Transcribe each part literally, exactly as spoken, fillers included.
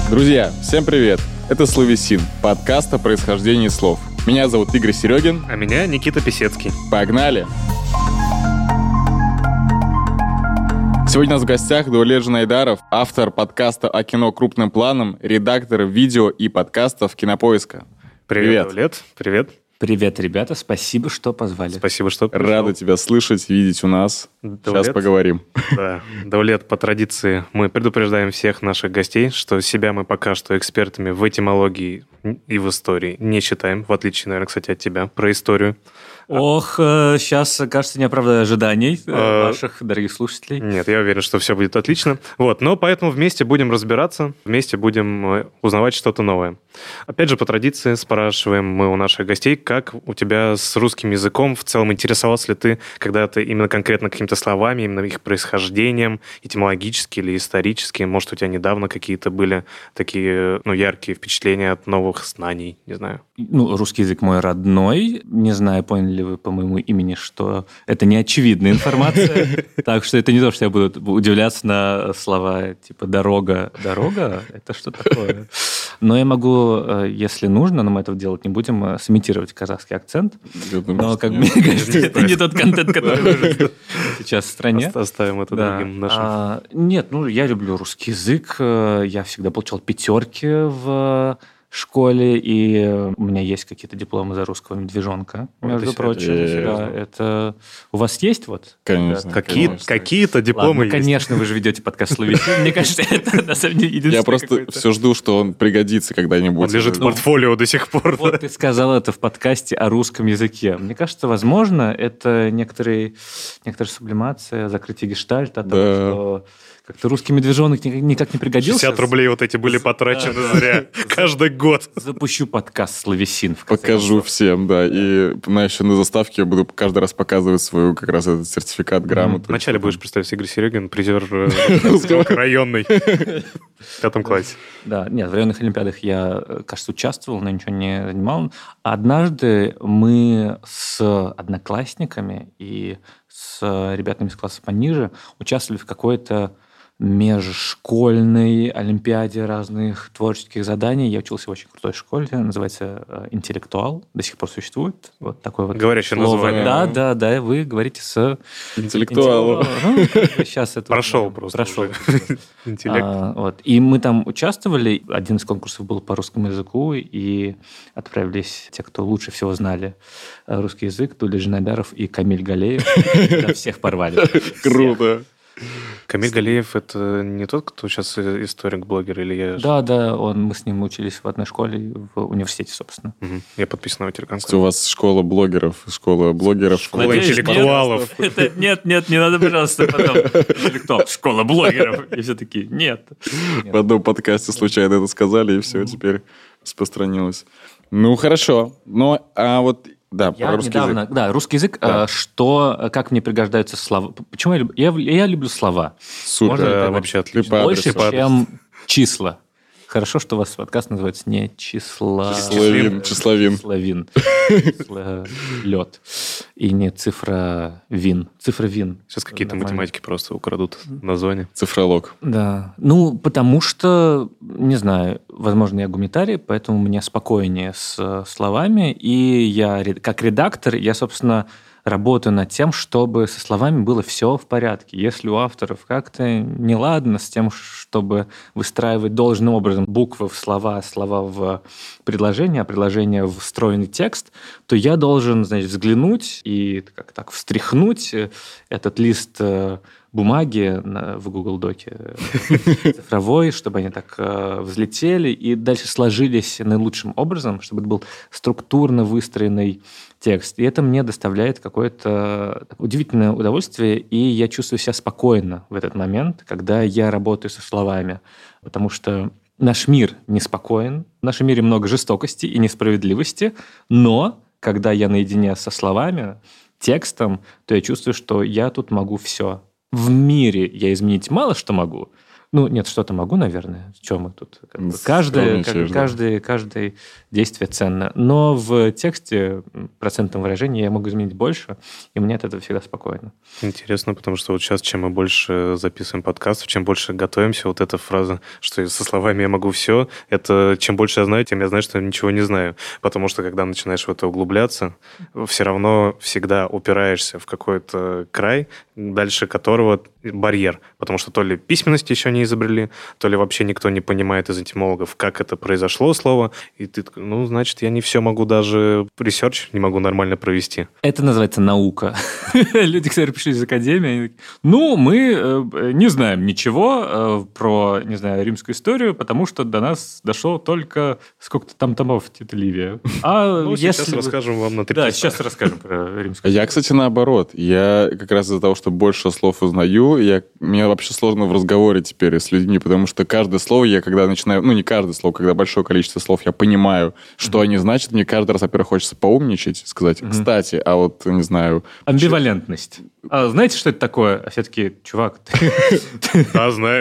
Друзья, всем привет! Это Словесин, подкаст о происхождении слов. Меня зовут Игорь Серегин. А меня Никита Писецкий. Погнали! Сегодня у нас в гостях Даулет Жанайдаров, автор подкаста о кино крупным планом, редактор видео и подкастов «Кинопоиска». Привет, Даулет. Привет. Привет, ребята. Спасибо, что позвали. Спасибо, что пришел. Рады тебя слышать, видеть у нас. Даулет, Сейчас поговорим. Да, Даулет, по традиции мы предупреждаем всех наших гостей, что себя мы пока что экспертами в этимологии и в истории не считаем, в отличие, наверное, кстати, от тебя, про историю. Ох, сейчас, кажется, не оправдаю ожиданий А, ваших дорогих слушателей. Нет, я уверен, что все будет отлично. Вот, но поэтому вместе будем разбираться, вместе будем узнавать что-то новое. Опять же, по традиции спрашиваем мы у наших гостей, как у тебя с русским языком в целом, интересовался ли ты когда-то именно конкретно какими-то словами, именно их происхождением, этимологически или исторически? Может, у тебя недавно какие-то были такие, ну, яркие впечатления от новых знаний, не знаю. Ну, русский язык мой родной. Не знаю, поняли ли вы по моему имени, что это не очевидная информация. Так что это не то, что я буду удивляться на слова типа «дорога». «Дорога» — это что такое? Но я могу, если нужно, но мы этого делать не будем, сымитировать казахский акцент. Но, как мне кажется, это не тот контент, который нужен сейчас в стране. Оставим это другим нашим. Нет, ну, я люблю русский язык. Я всегда получал пятерки в школе, и у меня есть какие-то дипломы за русского медвежонка, между прочим. Да, это... У вас есть вот? Конечно. Какие, конечно. Какие-то дипломы Ладно, есть. Конечно, вы же ведете подкаст «Словесин». Мне кажется, это на самом деле единственное. Я просто какое-то... все жду, что он пригодится когда-нибудь. Он лежит в портфолио до сих пор. Вот да? ты сказал это в подкасте о русском языке. Мне кажется, возможно, это некоторые, некоторая сублимация, закрытие гештальта, Да. того, что как-то русский медвежонок никак не пригодился. шестьдесят рублей вот эти были потрачены зря. Каждый год. Запущу подкаст «Словесин». в конце Покажу концов. всем, да. И на еще на заставке я бубуду каждый раз показывать свою как раз этот сертификат, грамоту. Вначале будешь представить Игорь Серегин, призер э, районной в пятом классе. Да, нет, в районных олимпиадах я, кажется, участвовал, но ничего не занимал. Однажды мы с одноклассниками и с ребятами из класса пониже участвовали в какой-то межшкольной олимпиаде разных творческих заданий. Я учился в очень крутой школе, называется «Интеллектуал», до сих пор существует. Вот такое вот Говорящее слово. название. Да, да, да, вы говорите с... Интеллектуалом. Ну, сейчас это... Прошел просто Прошел. уже. Интеллект. А, вот. И мы там участвовали. Один из конкурсов был по русскому языку, и отправились те, кто лучше всего знали русский язык, Даулет Жанайдаров и Камиль Галеев. Да, всех порвали. Круто. Камиль Галеев — это не тот, кто сейчас историк-блогер, или я... Да, да, он, мы с ним учились в одной школе, в университете, собственно. Мгм. Я подписан на его У телеграм-канал. вас школа блогеров, школа блогеров. Школа Надеюсь, интеллектуалов. Это, нет, нет, не надо, пожалуйста, потом. Интеллектуал, школа блогеров. И все такие, нет. В одном подкасте случайно это сказали, и все, теперь распространилось. Ну, хорошо. Ну, а вот, да, Я про русский недавно, язык. да, русский язык, Да. а, что, как мне пригождаются слова. Почему я люблю? Я, я люблю слова. Супер. Можно ли Да, так вообще говорить? отлично. По Больше, адресу. чем числа. Хорошо, что у вас подкаст называется не числа... Числовин, числовин. Числовин. Числолет. И не цифра вин. Цифра вин. Сейчас какие-то Нормально. математики просто украдут название. Цифролог. Да. Ну, потому что, не знаю, возможно, я гуманитарий, поэтому мне спокойнее с словами. И я, ре- как редактор, я, собственно, работаю над тем, чтобы со словами было все в порядке. Если у авторов как-то неладно с тем, чтобы выстраивать должным образом буквы в слова, слова в предложения, а предложения в встроенный текст, то я должен, значит, взглянуть и как так встряхнуть этот лист э, бумаги на- в Google Доке э, цифровой, чтобы они так э, взлетели и дальше сложились наилучшим образом, чтобы это был структурно выстроенный текст. И это мне доставляет какое-то удивительное удовольствие, и я чувствую себя спокойно в этот момент, когда я работаю со словами. Потому что наш мир неспокоен, в нашем мире много жестокости и несправедливости, но когда я наедине со словами, текстом, то я чувствую, что я тут могу все. В мире я изменить мало что могу, Ну, нет, что-то могу, наверное. Чем мы тут? Как бы, каждое, как, да. каждое, каждое действие ценно. Но в тексте процентном выражении я могу изменить больше, и мне от этого всегда спокойно. Интересно, потому что вот сейчас, чем мы больше записываем подкастов, чем больше готовимся, вот эта фраза, что со словами «я могу все», это чем больше я знаю, тем я знаю, что я ничего не знаю. Потому что, когда начинаешь в это углубляться, все равно всегда упираешься в какой-то край, дальше которого барьер. Потому что то ли письменность еще не изобрели, то ли вообще никто не понимает из этимологов, как это произошло слово, и ты, ну, значит, я не все могу, даже ресерч не могу нормально провести. Это называется наука. Люди, которые пришли из академии, они такие, ну, мы не знаем ничего про, не знаю, римскую историю, потому что до нас дошло только сколько-то там томов Тита Ливия. А ну, если... сейчас расскажем вам на три Да, часа. сейчас расскажем про римскую историю. Я, кстати, наоборот. Я как раз из-за того, что больше слов узнаю, я... мне вообще сложно в разговоре теперь с людьми, потому что каждое слово я, когда начинаю... Ну, не каждое слово, когда большое количество слов, я понимаю, что mm-hmm. они значат. Мне каждый раз, во-первых, хочется поумничать, сказать, mm-hmm. кстати, а вот, не знаю... Амбивалентность. А знаете, что это такое? А все-таки, чувак, ты... Да, знаем.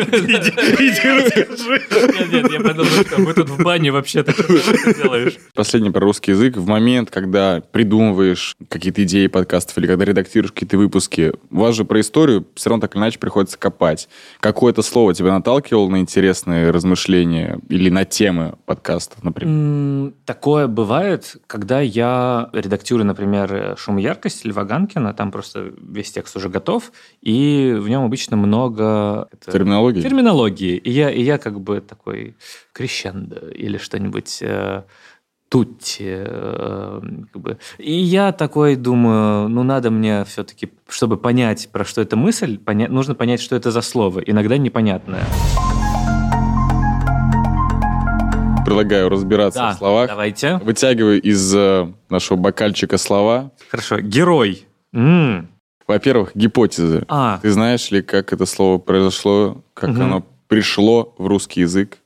Иди расскажи. Нет, нет, я подумал, что мы тут в бане вообще-то что ты делаешь. Последний про русский язык. В момент, когда придумываешь какие-то идеи подкастов или когда редактируешь какие-то выпуски, у вас же про историю все равно так или иначе приходится копать. Какое-то слово тебя наталкивало на интересные размышления или на темы подкастов, например? Такое бывает, когда я редактирую, например, «Шум и яркость» Льва Ганкина, там просто весь текст уже готов, и в нем обычно много... Терминологии? Терминологии. И я, и я как бы такой крещендо или что-нибудь... Тутти. Э, как бы. И я такой думаю, ну, надо мне все-таки, чтобы понять, про что эта мысль, понять, нужно понять, что это за слово, иногда непонятное. Предлагаю разбираться да, в словах. Давайте. Вытягиваю из э, нашего бокальчика слова. Хорошо. Герой. М-м. Во-первых, гипотезы. А. Ты знаешь ли, как это слово произошло, как угу. оно пришло в русский язык?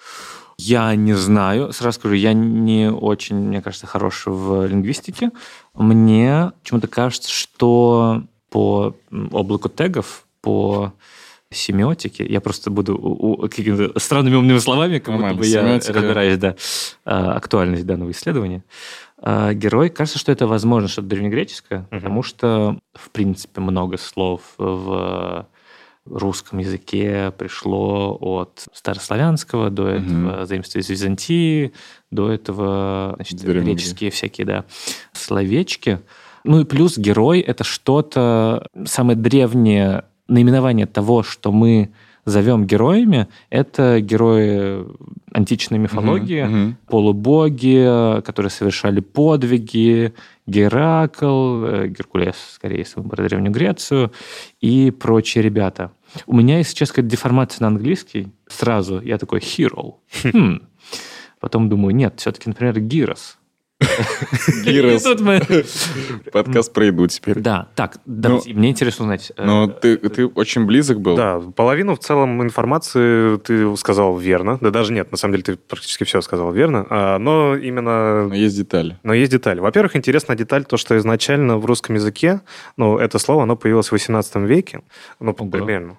Я не знаю. Сразу скажу, я не очень, мне кажется, хорош в лингвистике. Мне почему-то кажется, что по облаку тегов, по семиотике, я просто буду у, у, какими-то странными умными словами, как будто бы я разбираюсь, да, актуальность данного исследования. Герой, кажется, что это, возможно, что-то древнегреческое, uh-huh. потому что, в принципе, много слов в русском языке пришло от старославянского, до этого угу. заимствия из Византии, до этого, значит, греческие всякие, да, словечки. Ну и плюс герой – это что-то, самое древнее наименование того, что мы зовем героями, это герои античной мифологии, угу, угу. полубоги, которые совершали подвиги, Геракл, Геркулес, скорее, если мы про Древнюю Грецию, и прочие ребята. У меня, если честно сказать, деформация на английский. Сразу я такой hero. Хм. Потом думаю, нет, все-таки, например, Гирос. Гирос. Подкаст про еду теперь. Да, так, мне интересно узнать. Но ты очень близок был. Да, половину в целом информации ты сказал верно. Да даже нет, на самом деле ты практически все сказал верно. Но именно... Но есть детали. Но есть детали. Во-первых, интересная деталь, то, что изначально в русском языке, ну, это слово, оно появилось в восемнадцатом веке, ну, примерно.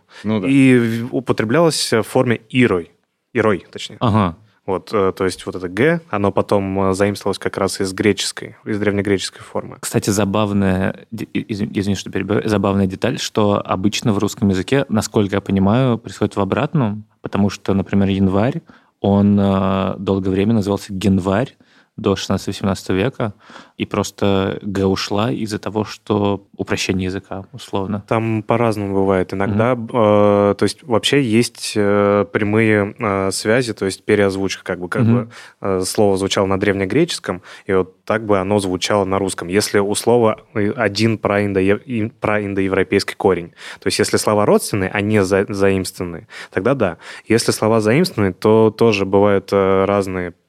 И употреблялось в форме «ирой». «Ирой», точнее. Ага. Вот, то есть вот это «г», оно потом заимствовалось как раз из греческой, из древнегреческой формы. Кстати, забавная, извини, что перебиваю, забавная деталь, что обычно в русском языке, насколько я понимаю, происходит в обратном, потому что, например, январь, он долгое время назывался генварь до шестнадцатого-семнадцатого века, и просто «г» ушла из-за того, что упрощение языка, условно. Там по-разному бывает. Иногда, mm-hmm. э, то есть вообще есть э, прямые э, связи, то есть переозвучка, как бы, как mm-hmm. бы э, слово звучало на древнегреческом, и вот так бы оно звучало на русском. Если у слова один праиндо- праиндоевропейский корень, то есть если слова родственные, а не за- заимствованные, тогда да. Если слова заимствованные, то тоже бывают э, разные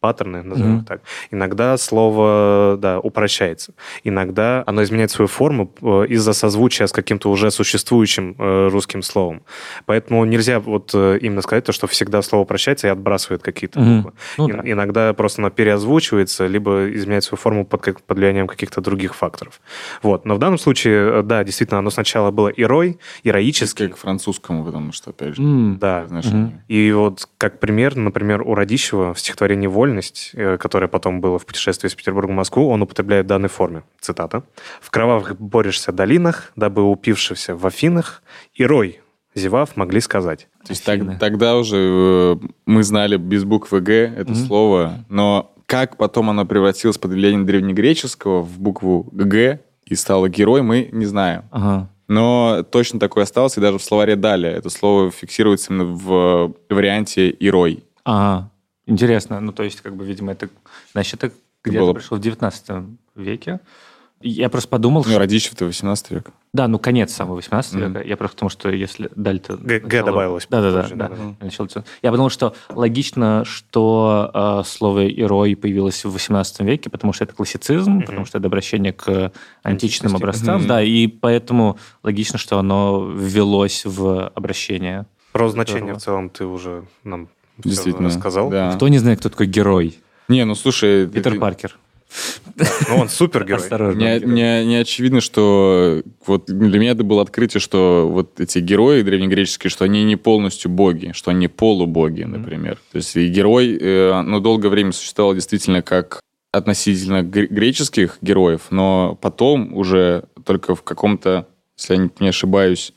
паттерны, назовем их так. Иногда слово, да, упрощается. Иногда оно изменяет свою форму из-за созвучия с каким-то уже существующим русским словом. Поэтому нельзя вот именно сказать то, что всегда слово упрощается и отбрасывает какие-то буквы. Ну, И, да. Иногда просто оно переозвучивается, либо изменяет свою форму под, как, под влиянием каких-то других факторов. Вот. Но в данном случае, да, действительно, оно сначала было ирой, ироический. Как к французскому, потому что, опять же, mm, да. Mm-hmm. И вот как пример, например, у Радищева в стихотворении «Вольность», которое потом было в путешествии из Петербурга в Москву, он употребляет в данной форме. Цитата. «В кровавых борешься долинах, дабы упившихся в Афинах, ирой, зевав, могли сказать». То есть так, тогда уже э, мы знали без буквы «Г» это mm-hmm. слово, но как потом оно превратилось под влиянием древнегреческого в букву «Г» и стало «герой», мы не знаем. Ага. Но точно такое осталось, и даже в словаре «далее» это слово фиксируется именно в варианте «ирой». Ага, интересно. Ну, то есть, как бы, видимо, это, значит, это где-то было... пришло в девятнадцатом веке. Я просто подумал... Ну, Радищев-то восемнадцатый век. Да, ну, конец самого восемнадцатого mm-hmm. века. Я просто потому, что если далее-то... Г, Г добавилось. Да-да-да. да, да. Я подумал, что логично, что э, слово «ирой» появилось в восемнадцатом веке, потому что это классицизм, mm-hmm. потому что это обращение к античным образцам, mm-hmm. да, и поэтому логично, что оно ввелось в обращение. Про значение в целом ты уже нам действительно рассказал. Да. Кто не знает, кто такой герой? Не, ну, слушай... Питер ты... Паркер. Ну, он супергерой. Мне, мне, мне очевидно, что вот для меня это было открытие, что вот эти герои древнегреческие, что они не полностью боги, что они полубоги, например. Mm-hmm. То есть и герой, э, ну, долгое время существовал действительно как относительно греческих героев, но потом уже только в каком-то, если я не ошибаюсь,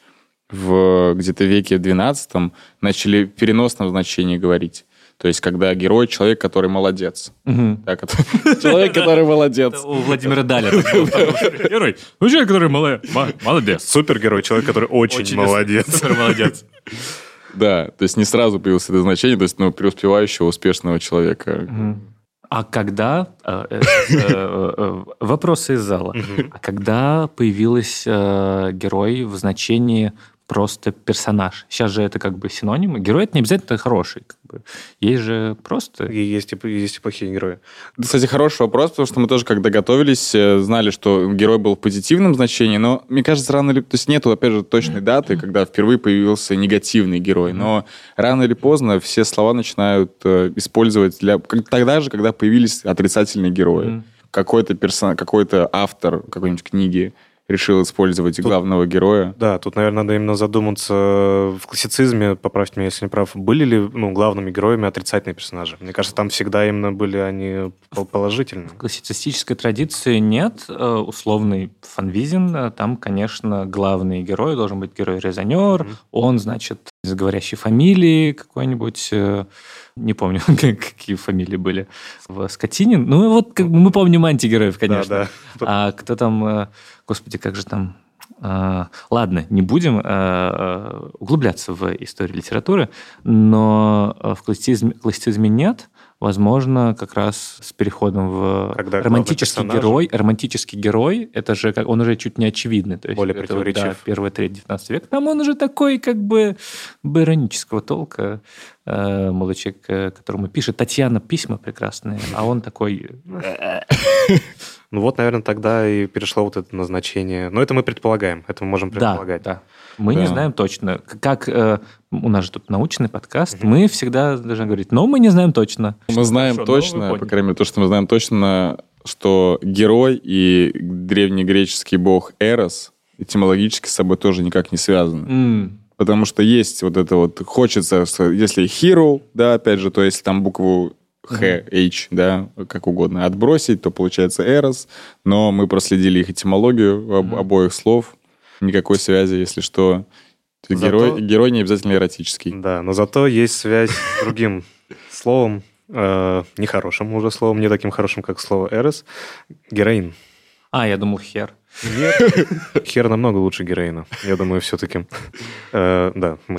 в где-то веке двенадцатом начали в переносном значении говорить. То есть, когда герой — человек, который молодец. Угу. Так, это человек, который молодец. У Владимира Даля. Герой. Ну, человек, который молодец. Супергерой, человек, который очень молодец. Супер молодец. Да, то есть не сразу появилось это значение, то есть, ну, преуспевающего, успешного человека. А когда... Вопросы из зала. А когда появился герой в значении... просто персонаж. Сейчас же это как бы синонимы. Герой — это не обязательно хороший. Как бы. Есть же просто... И есть, и, есть и плохие герои. Кстати, хороший вопрос, потому что мы тоже, когда готовились, знали, что герой был в позитивном значении, но, мне кажется, рано или... То есть нету, опять же, точной даты, когда впервые появился негативный герой. Но рано или поздно все слова начинают э, использовать для... Тогда же, когда появились отрицательные герои. Mm-hmm. Какой-то персон... какой-то автор какой-нибудь книги решил использовать тут, главного героя. Да, тут, наверное, надо именно задуматься в классицизме, поправьте меня, если не прав, были ли ну, главными героями отрицательные персонажи? Мне кажется, там всегда именно были они положительные. В классицистической традиции нет. Условный Фанвизин, там, конечно, главный герой должен быть герой-резонер, mm-hmm. он, значит, из говорящей фамилии какой-нибудь... Не помню, какие фамилии были в Скотинин. Ну, вот как бы мы помним антигероев, конечно. Да, да. А кто там... Господи, как же там... Ладно, не будем углубляться в историю литературы, но в классицизме, классицизме нет. Возможно, как раз с переходом в Когда романтический герой. Романтический герой, это же он уже чуть не очевидный. То есть более противоречив. Да, первая треть девятнадцатого века. Там он уже такой как бы иронического толка. Э, молодой человек, которому пишет Татьяна письма прекрасные, а он такой... Ну вот, наверное, тогда и перешло вот это назначение. Но это мы предполагаем, это мы можем предполагать. Да, да. Мы да. не знаем точно. Как э, у нас же тут научный подкаст, mm-hmm. мы всегда должны говорить, но мы не знаем точно. Мы знаем Хорошо, точно, по крайней мере, то, что мы знаем точно, что герой и древнегреческий бог Эрос этимологически с собой тоже никак не связаны. Mm. Потому что есть вот это вот, хочется, если hero, да, опять же, то если там букву Х, H, да, как угодно, отбросить, то получается Эрос, но мы проследили их этимологию об, обоих слов. Никакой связи, если что. Зато... Герой, герой не обязательно эротический. Да, но зато есть связь с другим словом, э, нехорошим уже словом, не таким хорошим, как слово «эрос», героин. А, я думал, хер. Нет. Хер намного лучше героина. Я думаю, все-таки. Э, да. Мы...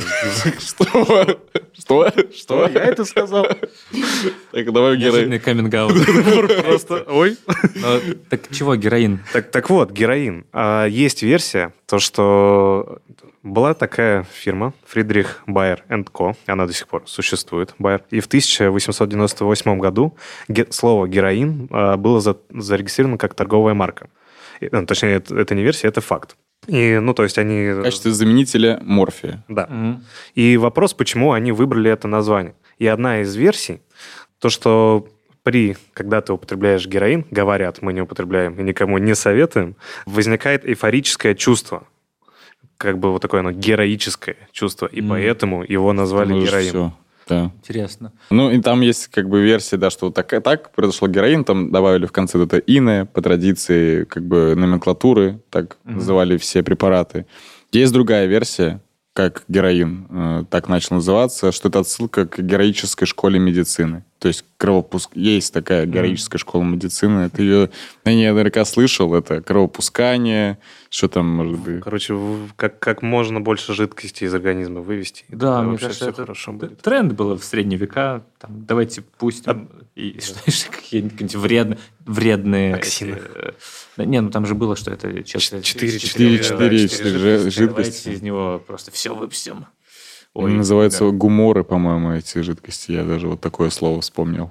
Что? Что? Что? Я это сказал. Так, давай героин. Неожиданный каминг-аут. Просто, ой. Но, так чего героин? Так, так вот, героин. А, есть версия, то, что была такая фирма Friedrich Bayer энд Co. Она до сих пор существует, Bayer. И в тысяча восемьсот девяносто восьмом году ге- слово «героин» а, было за- зарегистрировано как торговая марка. И, ну, точнее, это, это не версия, это факт. И, ну, то есть они... В качестве заменителя морфия. Да. Мгм. И вопрос, почему они выбрали это название. И одна из версий, то, что при, когда ты употребляешь героин, говорят, мы не употребляем и никому не советуем, возникает эйфорическое чувство. Как бы вот такое оно героическое чувство. И М. поэтому его назвали Ну, героин. всё, да. Интересно. Ну, и там есть как бы версия, да, что вот так, так произошел героин, там добавили в конце вот это иное, по традиции как бы номенклатуры, так Мгм. называли все препараты. Есть другая версия, как героин э, так начал называться, что это отсылка к героической школе медицины. То есть кровопуск... Есть такая героическая школа медицины. Ты ее, я наверняка слышал, это кровопускание, что там может быть. Короче, в- как, как можно больше жидкости из организма вывести. и Да, тогда мне вообще кажется, все это хорошо т- будет. тренд был в средние века. Там, давайте пустим и, что- какие-нибудь вредные, вредные... Токсины. эти, э, да, не, ну там же было, что это... часто- Четыре- Четыре, четыре, четыре, да, четыре четыре жидкости. Давайте из него просто все выпустим. Они называются гуморы, по-моему, эти жидкости. Я даже вот такое слово вспомнил.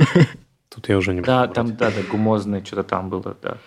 Тут я уже не Да, буду там, брать. да, да, гумозное что-то там было, да.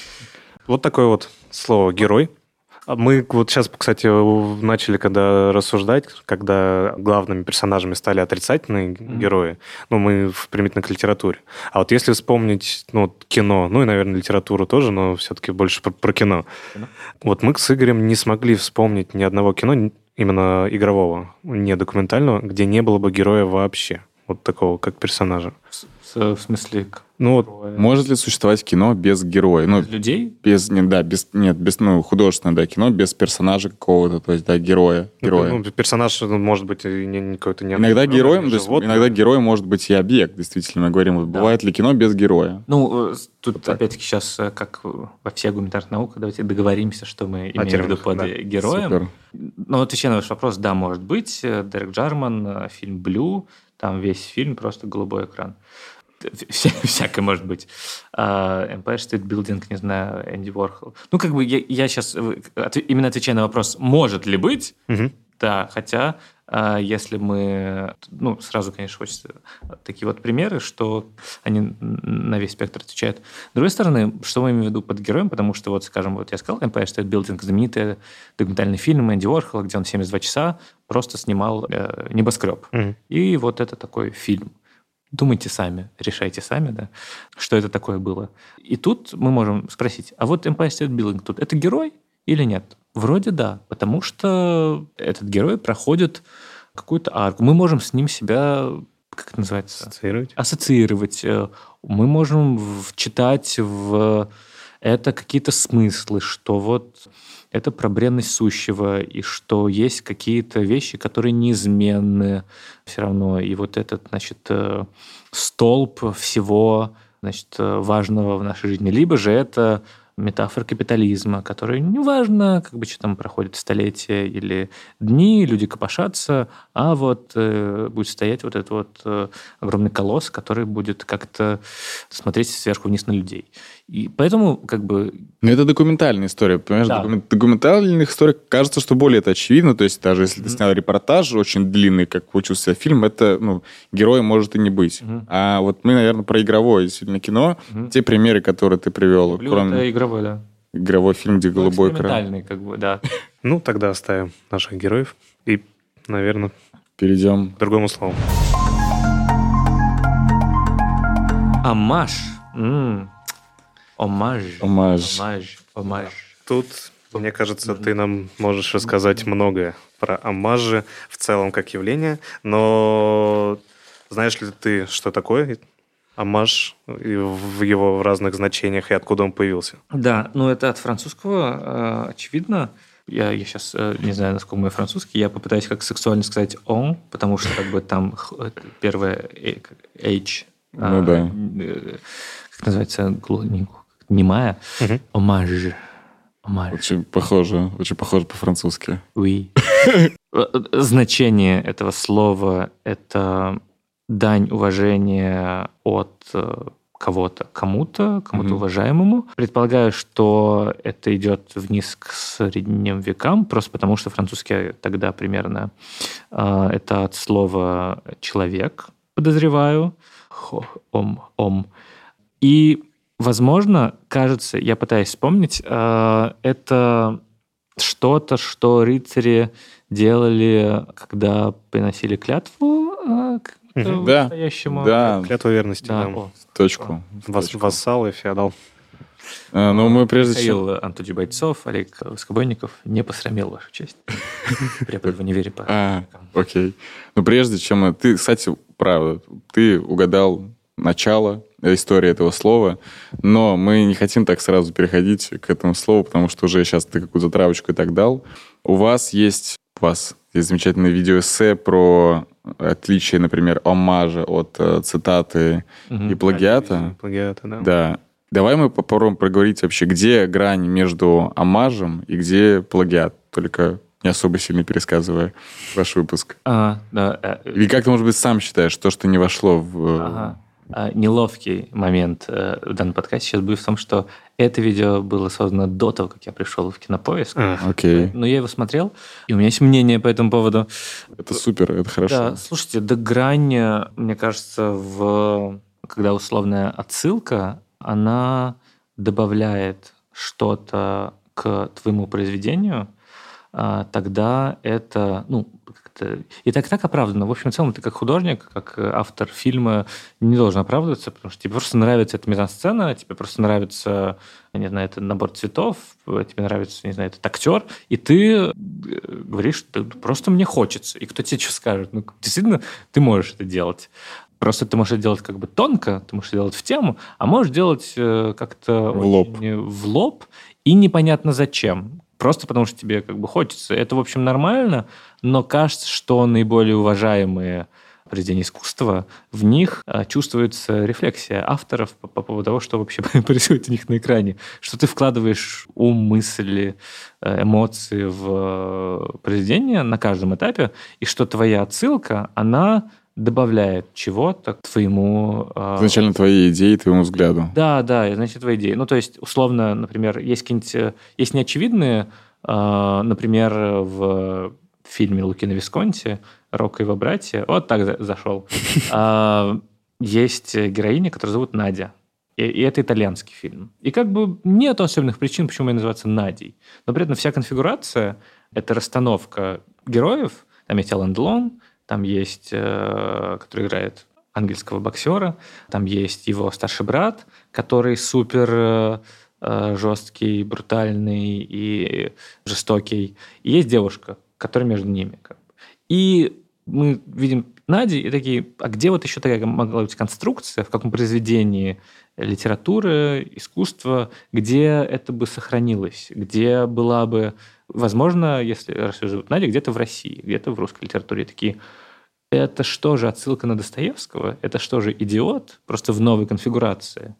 Вот такое вот слово «герой». А Мы вот сейчас, кстати, начали когда рассуждать, когда главными персонажами стали отрицательные Мгм. герои, ну, мы в применительно к литературе. А вот если вспомнить, ну, вот кино, ну, и, наверное, литературу тоже, но все-таки больше про, про кино. Кино. Вот мы с Игорем не смогли вспомнить ни одного кино, н- именно игрового, не документального, где не было бы героя вообще. Вот такого, как персонажа. В, с- в смысле, к- Ну, вот героя. Может ли существовать кино без героя? Ну, людей? без, не, да, без, нет, без, ну, художественное, да, кино без персонажа какого-то, то есть, да, героя, героя. ну, персонаж, ну, может быть, и не, не какой-то не Иногда определенный, героем, не то есть, животное. иногда героем может быть и объект, действительно, мы говорим, вот Да. бывает ли кино без героя? Ну, э, с- тут так. опять-таки сейчас, э, как во всех гуманитарных науках, давайте договоримся, что мы имеем в виду терминах, под да. э, героем. Супер. Но отвечая на ваш вопрос, да, может быть. Э, Дерек Джарман, э, фильм «Блю», там весь фильм просто голубой экран. Вся- Всякое может быть. А, Empire State Building, не знаю, Энди Уорхол. Ну, как бы я, я сейчас именно отвечаю на вопрос, может ли быть, Мгм. да, хотя а, если мы... Ну, сразу, конечно, хочется такие вот примеры, что они н- на весь спектр отвечают. С другой стороны, что мы имеем в виду под героем, потому что, вот, скажем, вот я сказал, Empire State Building, знаменитый документальный фильм Энди Уорхола, где он семьдесят два часа просто снимал э, небоскреб. Мгм. И вот это такой фильм. Думайте сами, решайте сами, да, что это такое было. И тут мы можем спросить, а вот Empire State Building тут это герой или нет? Вроде да, потому что этот герой проходит какую-то арку. Мы можем с ним себя, как это называется, Ассоциировать? ассоциировать. Э, Мы можем в- читать в это какие-то смыслы, что вот это про бренность сущего, и что есть какие-то вещи, которые неизменны все равно. И вот этот, значит, э, столб всего, значит, э, важного в нашей жизни. Либо же это метафора капитализма, который неважно, как бы что там проходит столетия или дни, люди копошатся, а вот э, будет стоять вот этот вот э, огромный колосс, который будет как-то смотреть сверху вниз на людей. И поэтому, как бы, Но это документальная история, понимаешь? Да. Документ- документальных историй кажется, что более это очевидно. То есть даже если ты Мгм. снял репортаж очень длинный, как получился фильм, это, ну, героя может и не быть. Мгм. А вот мы, наверное, про игровое действительно кино. Мгм. Те примеры, которые ты привел, Блю кроме это игровой, да. игровой фильм, где Ну, голубой экран. экспериментальный, как бы, да. Ну, тогда оставим наших героев и, наверное, Перейдем. к другому слову. Амаш. М. Омаж. Омаж. Омаж. Омаж. Тут, мне кажется, ты нам можешь рассказать многое про омажи в целом как явление, но знаешь ли ты, что такое омаж и в его разных значениях и откуда он появился? Да, ну это от французского, э, очевидно. Я, я сейчас не знаю, насколько мой французский, я попытаюсь как сексуально сказать «он», потому что как бы там х- первое э, как H. Ну а, да. э, Как называется? глу- не- Немая. Мгм. Омаж. Омаж. Очень похоже, очень похоже по-французски. Oui. Значение этого слова – это дань уважения от кого-то кому-то, кому-то Мгм. уважаемому. Предполагаю, что это идет вниз к средним векам, просто потому что французский тогда примерно э, это от слова «человек», подозреваю. Хо, ом, ом. И, возможно, кажется, я пытаюсь вспомнить, э, это что-то, что рыцари делали, когда приносили клятву э, к Мгм. Да, настоящему. да, Клятва верности, Да, да. о, точку. Вас- точку. Вассал и феодал. А, ну, мы прежде чем... Михаил Антонович Бойцов, Олег Воскобойников не посрамил вашу честь. Препод в универе по... А, окей. Ну, прежде чем... мы- Ты, кстати, правда, ты угадал начало истории этого слова, но мы не хотим так сразу переходить к этому слову, потому что уже сейчас ты какую-то затравочку и так дал. У вас есть... У вас есть замечательное видеоэссе про отличие, например, омажа от э, цитаты Мгм. и плагиата. Плагиата, да. Да. Давай мы попробуем проговорить вообще, где грань между омажем и где плагиат, только не особо сильно пересказывая ваш выпуск. А, да, э, И как ты, может быть, сам считаешь, то, что не вошло в... э, ага. А, Неловкий момент э, в данном подкасте сейчас будет в том, что это видео было создано до того, как я пришел в Кинопоиск. А, Окей. Но я его смотрел, и у меня есть мнение по этому поводу. Это супер, это хорошо. Да, слушайте, да грань, мне кажется, в... когда условная отсылка, она добавляет что-то к твоему произведению, а, тогда это, ну, как-то... И так так оправдано. В общем и целом, ты как художник, как автор фильма не должен оправдываться, потому что тебе просто нравится эта мизансцена, тебе просто нравится, не знаю, это набор цветов, тебе нравится, не знаю, этот актер, и ты э, говоришь, что просто мне хочется. И кто тебе что скажет? Ну, действительно, ты можешь это делать. Просто ты можешь это делать как бы тонко, ты можешь это делать в тему, а можешь делать э, как-то В лоб. очень в лоб, и непонятно зачем. Просто потому что тебе как бы хочется. Это, в общем, нормально, но кажется, что наиболее уважаемые произведения искусства, в них а, чувствуется рефлексия авторов по, по поводу того, что вообще происходит у них на экране. Что ты вкладываешь ум, мысли, э, эмоции в э, произведение на каждом этапе, и что твоя отсылка, она добавляет чего-то к твоему... э, Изначально твоей идеи, твоему взгляду. да, да, значит, твоя идея. Ну, то есть, условно, например, есть какие-нибудь... э, Есть неочевидные, э, например, в фильме Лукино Висконти «Рокко и его братья». Вот так за- зашел. А, Есть героиня, которую зовут Надя. И, и это итальянский фильм. И как бы нет особенных причин, почему ее называется Надей. Но при этом вся конфигурация – это расстановка героев. Там есть Алан Делон, там есть, э, который играет ангельского боксера, там есть его старший брат, который супер э, э, жесткий, брутальный и жестокий. И есть девушка, которая между ними. Как бы. И мы видим Надю и такие, а где вот еще такая могла быть конструкция, в каком произведении литературы, искусства, где это бы сохранилось, где была бы, возможно, если раз ее зовут Надя, где-то в России, где-то в русской литературе такие... Это что же, отсылка на Достоевского? Это что же, «Идиот», просто в новой конфигурации?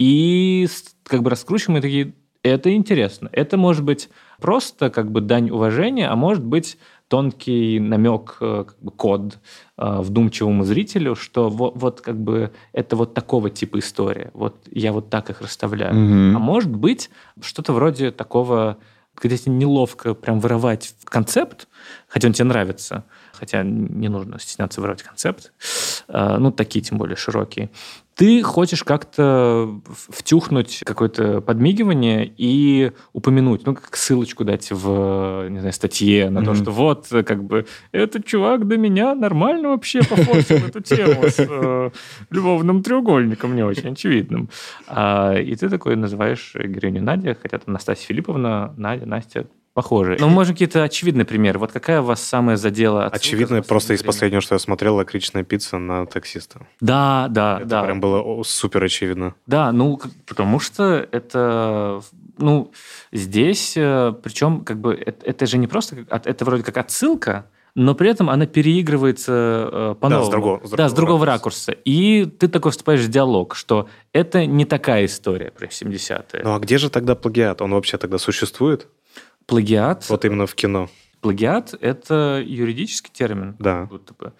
И с- как бы раскручиваем и такие, это интересно. Это может быть просто как бы дань уважения, а может быть тонкий намек, э, как бы код э, вдумчивому зрителю, что вот, вот как бы это вот такого типа история. Вот я вот так их расставляю. Мгм. А может быть что-то вроде такого, когда тебе неловко прям воровать в концепт, хотя он тебе нравится, хотя не нужно стесняться воровать концепт, э, ну, такие тем более широкие, ты хочешь как-то в- втюхнуть какое-то подмигивание и упомянуть, ну, как ссылочку дать в, не знаю, статье на то, Мгм. что вот, как бы, этот чувак до меня нормально вообще пофорсил эту тему с э, любовным треугольником не очень очевидным. А, И ты такой называешь героиню Надя, хотя там Настасья Филипповна, Надя, Настя похожи. Ну, может, какие-то очевидные примеры. Вот какая у вас самая задела отсылка Очевидно, за просто из время? последнего, что я смотрел, лакричная пицца на таксиста. Да, да, Это да. прям было о, супер очевидно. Да, ну, к- потому что это, ну, здесь, э, причем, как бы, это, это же не просто, как- от- это вроде как отсылка, но при этом она переигрывается э, по-новому. Да, с другого, с другого, да, с другого ракурса. ракурса. И ты такой вступаешь в диалог, что это не такая история про семидесятые. Ну а где же тогда плагиат? Он вообще тогда существует? Плагиат... Вот именно в кино. Плагиат – это юридический термин. Да. Будто бы.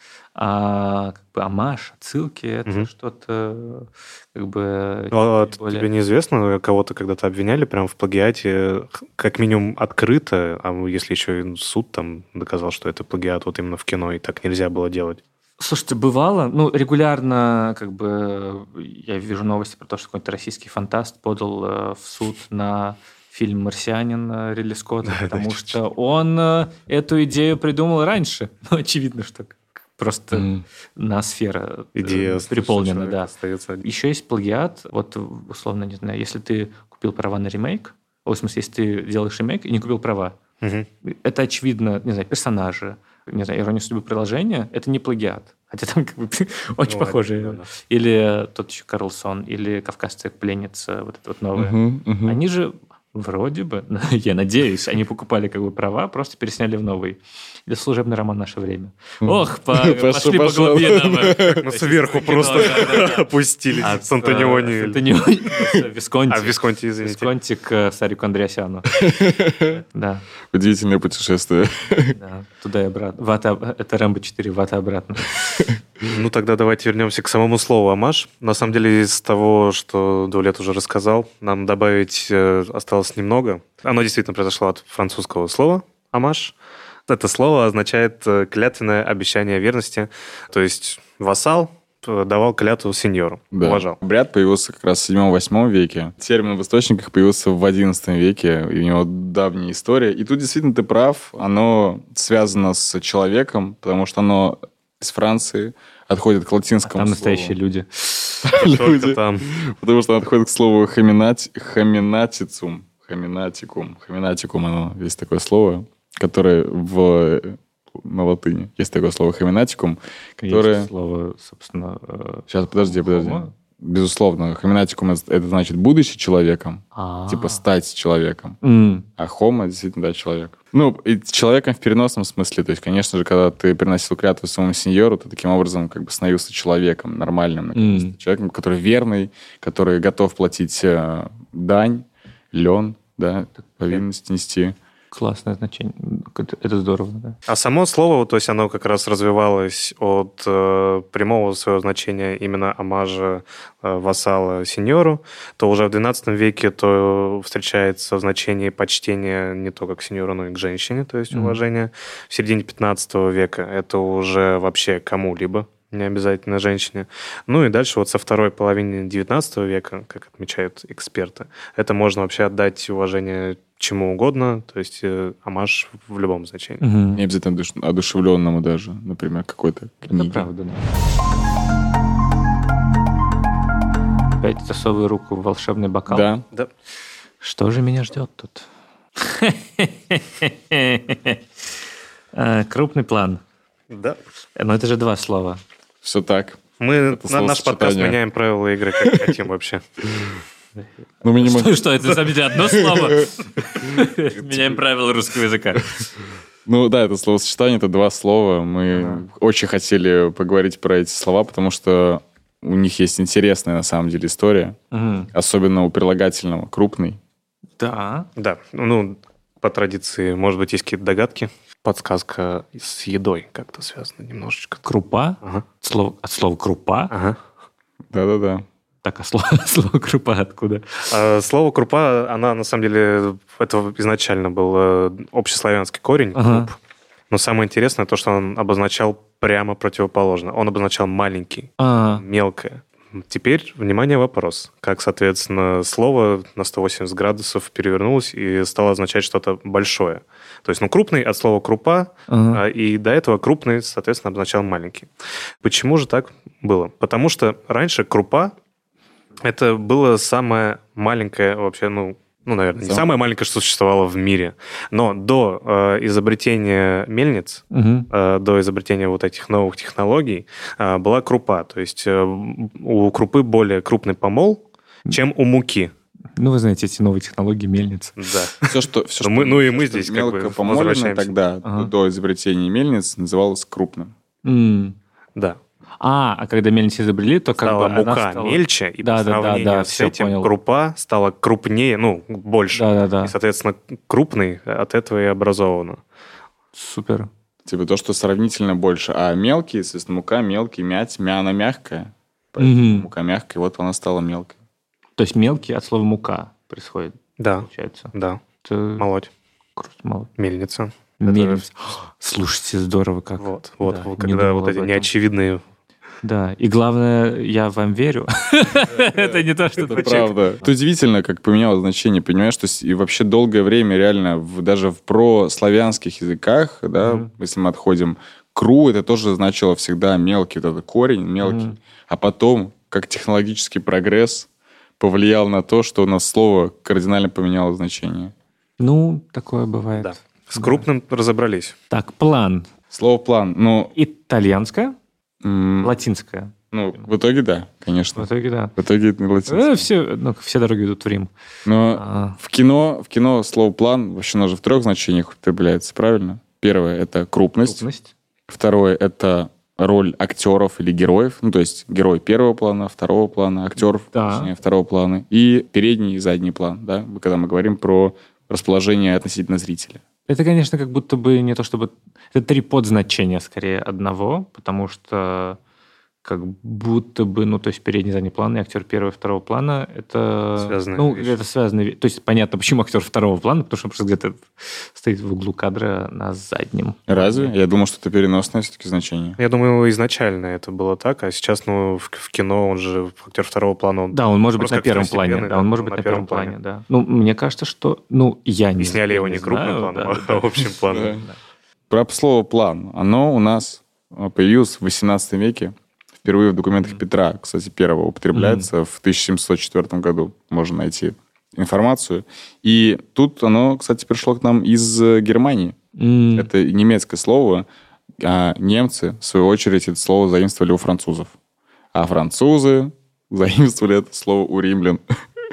А как бы омаж, отсылки – это Угу. что-то как бы... А более... тебе неизвестно, кого-то когда-то обвиняли прямо в плагиате, как минимум открыто, а если еще и суд там доказал, что это плагиат вот именно в кино, и так нельзя было делать? Слушайте, бывало, ну, регулярно как бы я вижу новости про то, что какой-то российский фантаст подал э, в суд на фильм «Марсианин» э, Ридли Скотта, потому что он э, эту идею придумал раньше. Ну, очевидно, что просто Мгм. ноосфера э, Идея переполнена, человека да. остается. Еще есть плагиат, вот условно, не знаю, если ты купил права на ремейк, в смысле, если ты делаешь ремейк и не купил права, Мгм. это очевидно, не знаю, персонажи, не знаю, «Ирония судьбы» приложения, это не плагиат. Хотя там как бы очень Ну, похожие. ладно, да. Или тот еще Карлсон, или «Кавказская пленница», вот это вот новое. Мгм, мгм. Они же вроде бы, я надеюсь, они покупали как бы права, просто пересняли в новый. Или «Служебный роман «Наше время». Ох, по- Пошел, пошли по пошел. глубинам. Ну, сверху Кино, просто да, да, да. опустили От, с Антониони. э, с Антониони, с Висконти. А, Висконти, извините. Висконти к Сарику Андреасяну. Да, Удивительное путешествие. да, туда и обратно. Вата, это Рэмбо четыре, вата обратно. Ну, тогда давайте вернемся к самому слову «омаж». На самом деле, из того, что Даулет уже рассказал, нам добавить э, осталось немного. Оно действительно произошло от французского слова «омаж». Это слово означает э, клятвенное обещание верности. То есть вассал э, давал клятву сеньору, Да. уважал. Обряд появился как раз в седьмом-восьмом веке. Термин в источниках появился в одиннадцатом веке, и у него давняя история. И тут действительно ты прав, оно связано с человеком, потому что оно из Франции отходит к А латинскому там слову. настоящие люди. Только Люди. там. Потому что оно отходит к слову хаминати... хаминатицум. Хаминатикум. Хаминатикум, оно есть такое слово, которое в... на латыни. Есть такое слово хаминатикум, которое... Есть слово, собственно... э, Сейчас, подожди, подожди. homo. Безусловно, хаминатикум это, это значит будучи человеком, А. типа стать человеком. М. А хомо действительно, да, человек. Ну, и человеком в переносном смысле. То есть, конечно же, когда ты приносил клятву своему сеньору, ты таким образом как бы становился человеком нормальным. наконец-то. М. Человеком, который верный, который готов платить э, дань, лен, да, повинность нести. Классное значение. Это, это здорово, да. А само слово, то есть оно как раз развивалось от э, прямого своего значения именно омажа э, вассала сеньору, то уже в двенадцатом веке то встречается в значении почтения не только к сеньору, но и к женщине, то есть Мгм. уважение. В середине пятнадцатого века это уже вообще кому-либо, не обязательно женщине. Ну и дальше вот со второй половины девятнадцатого века, как отмечают эксперты, это можно вообще отдать уважение чему угодно, то есть э, омаж в любом значении. Мгм. Не обязательно одуш- одушевленному даже, например, какой-то Это книги. правда, да. Опять засовываю руку в волшебный бокал. Да. Да. Что же меня ждет тут? Э, Крупный план. Да. Но это же два слова. Все так. Мы Это на наш подкаст словосочетание. меняем правила игры, как хотим вообще. Ну, мы не Что, можем- что, это на самом деле одно слово? Меняем правила русского языка. Ну да, это словосочетание, это два слова. Мы Ага. очень хотели поговорить про эти слова, потому что у них есть интересная на самом деле история. Мгм. Особенно у прилагательного «крупный». Да. Да, ну, по традиции, может быть, есть какие-то догадки. Подсказка с едой как-то связана немножечко. Крупа. Ага. Слово- От слова крупа. Ага. Да-да-да. Так, а слово, слово крупа откуда? А слово крупа, она на самом деле, это изначально был э, общеславянский корень, Ага. круп. Но самое интересное то, что он обозначал прямо противоположно. Он обозначал маленький, А, мелкое. Теперь, внимание, вопрос. Как, соответственно, слово на сто восемьдесят градусов перевернулось и стало означать что-то большое. То есть, ну, крупный от слова крупа, ага. а, и до этого крупный, соответственно, обозначал маленький. Почему же так было? Потому что раньше крупа это было самое маленькое вообще, ну, ну, наверное, не Сам- самое маленькое, что существовало в мире. Но до э, изобретения мельниц, Мгм. э, до изобретения вот этих новых технологий э, была крупа. То есть э, у крупы более крупный помол, чем у муки. Ну, вы знаете, эти новые технологии, мельницы. Да. Все, что, все, Ну, что, мы- ну и всё, мы что здесь как мелко бы помоленное возвращаемся. тогда, Ага. до изобретения мельниц, называлось крупным. М. Да. А, а когда мельницы изобрели, то как Стала бы она мука стала- мельче, и Да, по да, да, сравнению да, с всё этим понял. крупа стала крупнее, ну, больше. Да-да-да. И, соответственно, крупный от этого и образовано. Супер. Типа то, что сравнительно больше. А мелкий, естественно, мука мелкий, мять, мя, она мягкая. Поэтому Мгм. мука мягкая, вот она стала мелкой. То есть мелкий от слова мука происходит, Да, получается. да. Это Молоть. круто, мало. Мельница. Мельница. Слушайте, здорово как. Вот, вот, Да, вот, не когда думал вот об эти этом. неочевидные... Да, и главное, я вам верю. Это не то, что Это ты- правда. Это удивительно, как поменялось значение. Понимаешь, что с- и вообще долгое время реально в- даже в прославянских языках, да, Мгм. если мы отходим, кру это тоже значило всегда мелкий, вот этот корень мелкий. Мгм. А потом, как технологический прогресс повлиял на то, что у нас слово кардинально поменяло значение. Ну, такое бывает. Да. С крупным разобрались. Так, план. Слово план, ну, Итальянское, м, латинское. ну, в итоге да, В конечно. итоге, да. В итоге это латинский. Э, Все, ну, все дороги идут в Рим. Но А, в кино, в кино слово план вообще оно же в трех значениях употребляется, правильно? Первое — это крупность. крупность. Второе — это роль актеров или героев. Ну, то есть герой первого плана, второго плана, актер, Да. точнее, второго плана. И передний и задний план, да, когда мы говорим про расположение относительно зрителя. Это, конечно, как будто бы не то чтобы... Это три подзначения, скорее, одного, потому что как будто бы, ну, то есть передний, задний план и актер первого и второго плана, это... Связанные ну, вещи. это связанные вещи. То есть понятно, почему актер второго плана, потому что он просто где-то стоит в углу кадра на заднем. Разве? Я думал, что это переносное все-таки значение. Я думаю, изначально это было так, а сейчас, ну, в, в кино он же актер второго плана. Он Да, он может быть просто на как первом плане. второстепенный, Да, он может быть на первом плане, да. Ну, мне кажется, что... Ну, я не И сняли я его не крупным знаю, планом, да, а общим планом. Да. Про слово план. Оно у нас э, появилось в восемнадцатом веке. Впервые в документах Петра, кстати, первого употребляется в тысяча семьсот четвёртом году. Можно найти информацию. И тут оно, кстати, пришло к нам из э, Германии. М, Это немецкое слово, а немцы, в свою очередь, это слово заимствовали у французов. А французы заимствовали это слово у римлян.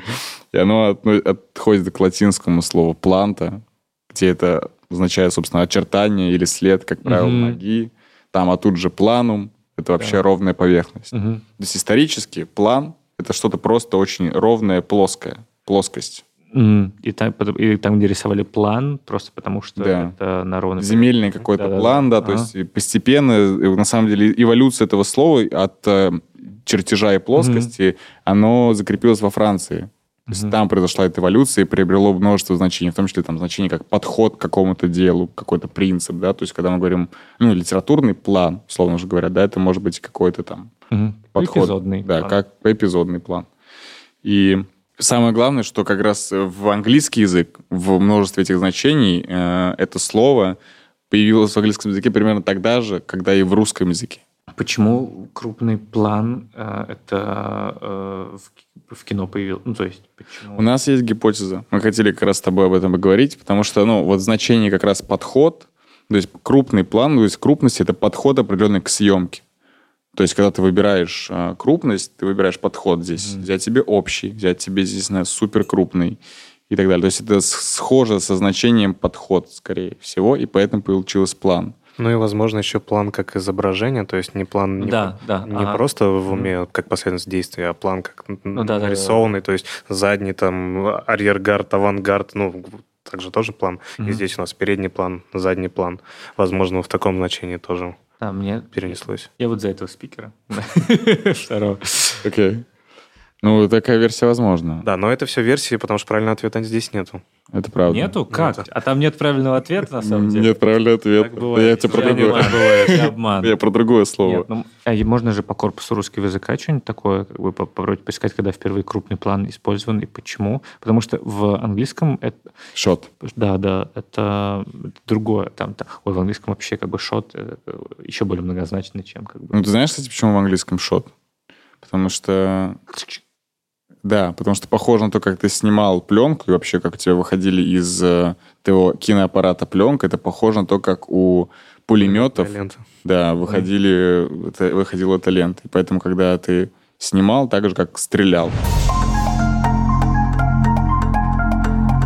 И оно отно- отходит к латинскому слову «планта», где это означает, собственно, очертание или след, как правило, Мгм. ноги. Там, а тут же «планум» — это вообще ровная поверхность. мгм. То есть исторически план — это что-то просто очень ровное, плоское, плоскость. М, И там, потом- и там, где рисовали план, просто потому что Да. это на ровном... Земельный какой-то Да-да-да. план, да, то Ага. есть и постепенно, и на самом деле, эволюция этого слова от э, чертежа и плоскости, оно закрепилось во Франции. То есть Мгм. там произошла эта эволюция и приобрело множество значений, в том числе там значение как подход к какому-то делу, какой-то принцип, да, то есть когда мы говорим, ну, литературный план, условно уже говоря, да, это может быть какой-то там Мгм. подход. Эпизодный Да, план. как эпизодный план. И самое главное, что как раз в английский язык, в множестве этих значений, э, это слово появилось в английском языке примерно тогда же, когда и в русском языке. Почему крупный план э, это э, в, ки- в кино появился? Ну, то есть, почему? У нас есть гипотеза. Мы хотели как раз с тобой об этом поговорить, потому что, ну, вот значение как раз подход, то есть крупный план, то есть крупность — это подход определенный к съемке. То есть, когда ты выбираешь э, крупность, ты выбираешь подход здесь. Мгм. Взять тебе общий, взять тебе здесь, наверное, супер крупный и так далее. То есть, это с- схоже со значением подход, скорее всего, и поэтому получился план. Ну и, возможно, еще план как изображение, то есть не план не, Да, да, не ага. просто в уме, как последовательность действий, а план как н- Ну да, да, нарисованный, то есть задний там арьергард, авангард, ну также тоже план. Мгм. И здесь у нас передний план, задний план. Возможно, в таком значении тоже Да, мне... перенеслось. Я вот за этого спикера. Второго. Окей. Ну, такая версия возможна. Да, но это все версии, потому что правильного ответа здесь нету. Это правда. Нету? Как? Нету. А там нет правильного ответа, на самом деле? Нет правильный ответ. Так бывает. Я тебе про Я другое. обман. Я обман. Я про другое слово. Нет, ну, а и можно же по корпусу русского языка что-нибудь такое как бы попробовать поискать, когда впервые крупный план использован и почему? Потому что в английском это, Шот. да, да, это другое. Там, та- ой, в английском вообще как бы шот еще более многозначный, чем как бы. Ну, ты знаешь, кстати, почему в английском шот? Потому что... Да, потому что похоже на то, как ты снимал пленку, и вообще, как у тебя выходили из э, твоего киноаппарата пленка, это похоже на то, как у пулеметов, Лента. да, выходили, это, выходила эта лента. И поэтому, когда ты снимал, так же, как стрелял.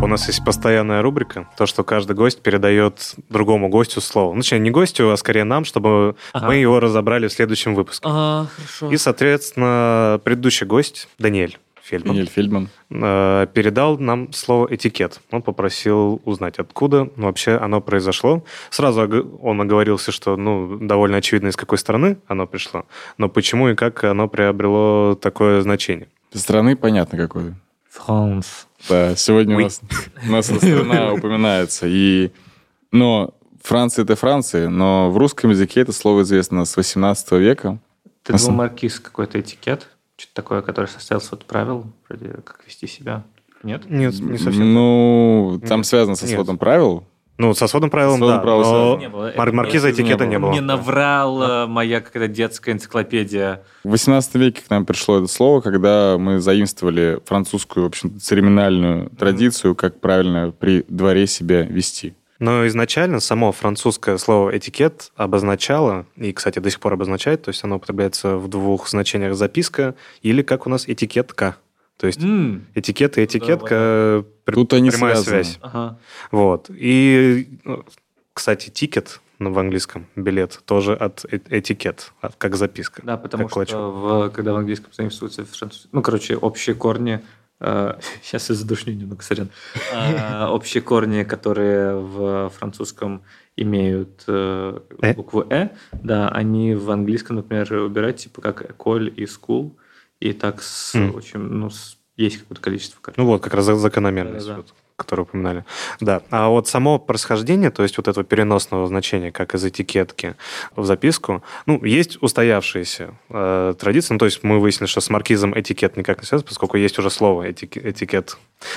У нас есть постоянная рубрика, то, что каждый гость передает другому гостю слово. Ну, точнее, не гостю, а скорее нам, чтобы ага. мы его разобрали в следующем выпуске. А, хорошо. И, соответственно, предыдущий гость, Даниэль Фельдман, Даниэль Фельдман, передал нам слово «этикет». Он попросил узнать, откуда вообще оно произошло. Сразу он оговорился, что ну, довольно очевидно, из какой страны оно пришло, но почему и как оно приобрело такое значение. Страны понятно какой. Франс. Да, сегодня oui. у нас, у нас эта страна упоминается. И, но Франция — это Франция, но в русском языке это слово известно с восемнадцатого века. Ты думал, маркиз какой-то этикет? Что-то такое, которое состоял свод правил, вроде как вести себя? Нет? Нет, не совсем. Ну, там Нет. связано со сводом правил. Ну, со сводом правил, да, правил, но было. Мар- маркиза этикета не было. Мне наврала моя какая-то детская энциклопедия. В восемнадцатом веке к нам пришло это слово, когда мы заимствовали французскую, в общем-то, церемониальную mm-hmm. традицию, как правильно при дворе себя вести. Но изначально само французское слово «этикет» обозначало, и, кстати, до сих пор обозначает, то есть оно употребляется в двух значениях: записка или, как у нас, этикетка. То есть mm. этикет и этикетка да, Тут прямая связаны. связь. Ага. Вот. И, кстати, тикет в английском, билет, тоже от этикет, как записка. Да, потому как что в, когда в английском заимствуются француз... ну, короче, общие корни, э, сейчас я задушню немного, сорян, э, общие корни, которые в французском имеют э, букву «э», да, они в английском, например, убирают типа как «эколь» и «скул», и так с mm. очень, ну, с, есть какое-то количество корней. Ну вот, как раз закономерность, да, да, да. Вот, которую упоминали. Да. А вот само происхождение, то есть вот этого переносного значения, как из этикетки в записку, ну, есть устоявшиеся э, традиции. Ну, то есть мы выяснили, что с маркизом этикет никак не связан, поскольку есть уже слово этикет, этикет.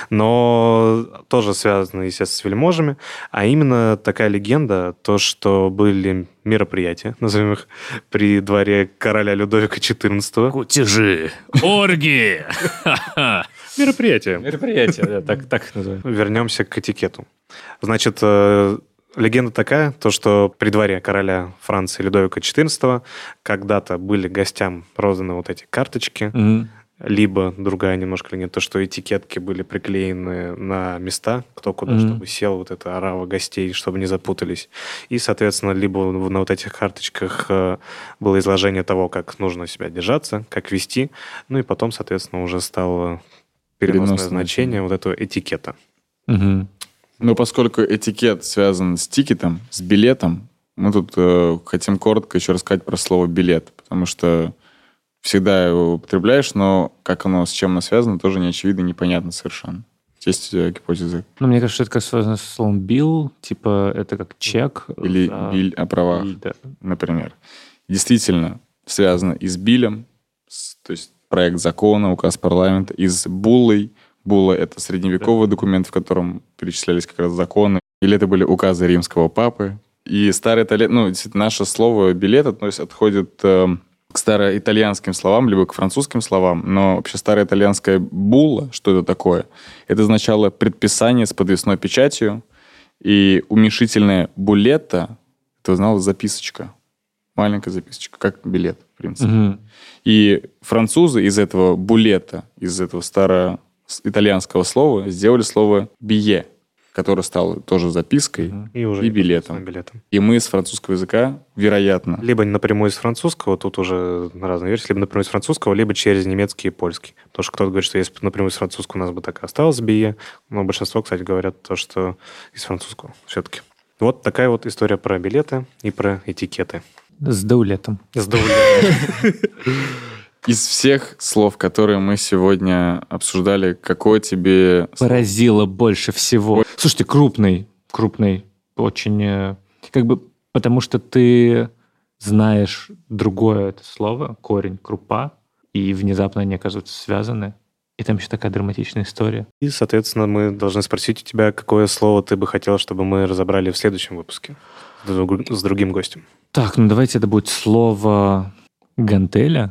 Но тоже связано, естественно, с вельможами. А именно такая легенда, то, что были мероприятия, назовем их, при дворе короля Людовика четырнадцатого. Кутежи, оргии. Мероприятия. Мероприятия, да, так, так называем. Вернемся к этикету. Значит, э, легенда такая, то, что при дворе короля Франции Людовика четырнадцатого когда-то были гостям розданы вот эти карточки, mm-hmm. либо другая немножко легенда, то, что этикетки были приклеены на места, кто куда, mm-hmm. чтобы сел вот эта орава гостей, чтобы не запутались. И, соответственно, либо на вот этих карточках э, было изложение того, как нужно себя держаться, как вести, ну и потом, соответственно, уже стало переносное, переносное значение вот этого этикета. Угу. Но поскольку этикет связан с тикетом, с билетом, мы тут э, хотим коротко еще рассказать про слово «билет», потому что всегда его употребляешь, но как оно, с чем оно связано, тоже не очевидно, непонятно совершенно. Есть э, гипотезы? Ну, мне кажется, это как связано с словом «билл», типа это как чек. Или за... биль о правах, биль, да. например. Действительно связано и с билем, с, то есть проект закона, указ парламента, и с буллой. Булла — это средневековый документ, в котором перечислялись как раз законы. Или это были указы римского папы. И староитальянское, ну, действительно, наше слово «билет» относится, отходит э, к староитальянским словам, либо к французским словам. Но вообще староитальянская булла, что это такое? Это означало предписание с подвесной печатью. И уменьшительное буллетта — это, знал, записочка. Маленькая записочка, как билет, в принципе. Угу. И французы из этого буллета, из этого староитальянского слова сделали слово «бие», которое стало тоже запиской угу. и, уже и билетом. билетом. И мы с французского языка, вероятно... Либо напрямую из французского, тут уже разные версии, либо напрямую из французского, либо через немецкий и польский. Потому что кто-то говорит, что если напрямую из французского у нас бы так и осталось «бие», но большинство, кстати, говорят то, что из французского все-таки. Вот такая вот история про билеты и про этикеты. С даулетом. С даулетом. Из всех слов, которые мы сегодня обсуждали, какое тебе... поразило больше всего? Слушайте, крупный, крупный, очень... Как бы, потому что ты знаешь другое это слово, корень, крупа, и внезапно они оказываются связаны. И там еще такая драматичная история. И, соответственно, мы должны спросить у тебя, какое слово ты бы хотел, чтобы мы разобрали в следующем выпуске с другим гостем. Так, ну давайте это будет слово гантеля.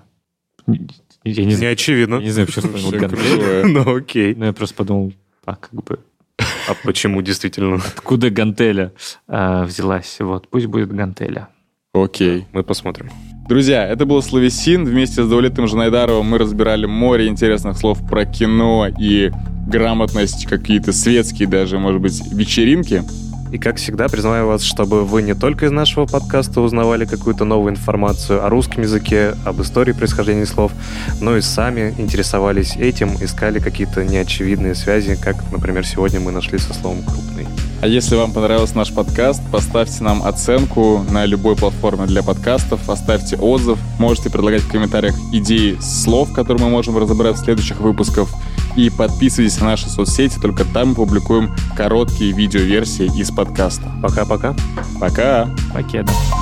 Я не, не очевидно. Я не знаю, почему я подумал гантеля. Ну окей. Но я просто подумал, а как бы... А почему действительно? Откуда гантеля а, взялась? Вот, пусть будет гантеля. Окей. Мы посмотрим. Друзья, это был Словесин. Вместе с Даулетом Жанайдаровым мы разбирали море интересных слов про кино и грамотность, какие-то светские даже, может быть, вечеринки. И, как всегда, призываю вас, чтобы вы не только из нашего подкаста узнавали какую-то новую информацию о русском языке, об истории происхождения слов, но и сами интересовались этим, искали какие-то неочевидные связи, как, например, сегодня мы нашли со словом «крупный». А если вам понравился наш подкаст, поставьте нам оценку на любой платформе для подкастов, оставьте отзыв, можете предлагать в комментариях идеи слов, которые мы можем разобрать в следующих выпусках, и подписывайтесь на наши соцсети, только там мы публикуем короткие видеоверсии из подкаста. Пока-пока. Пока. Покеда.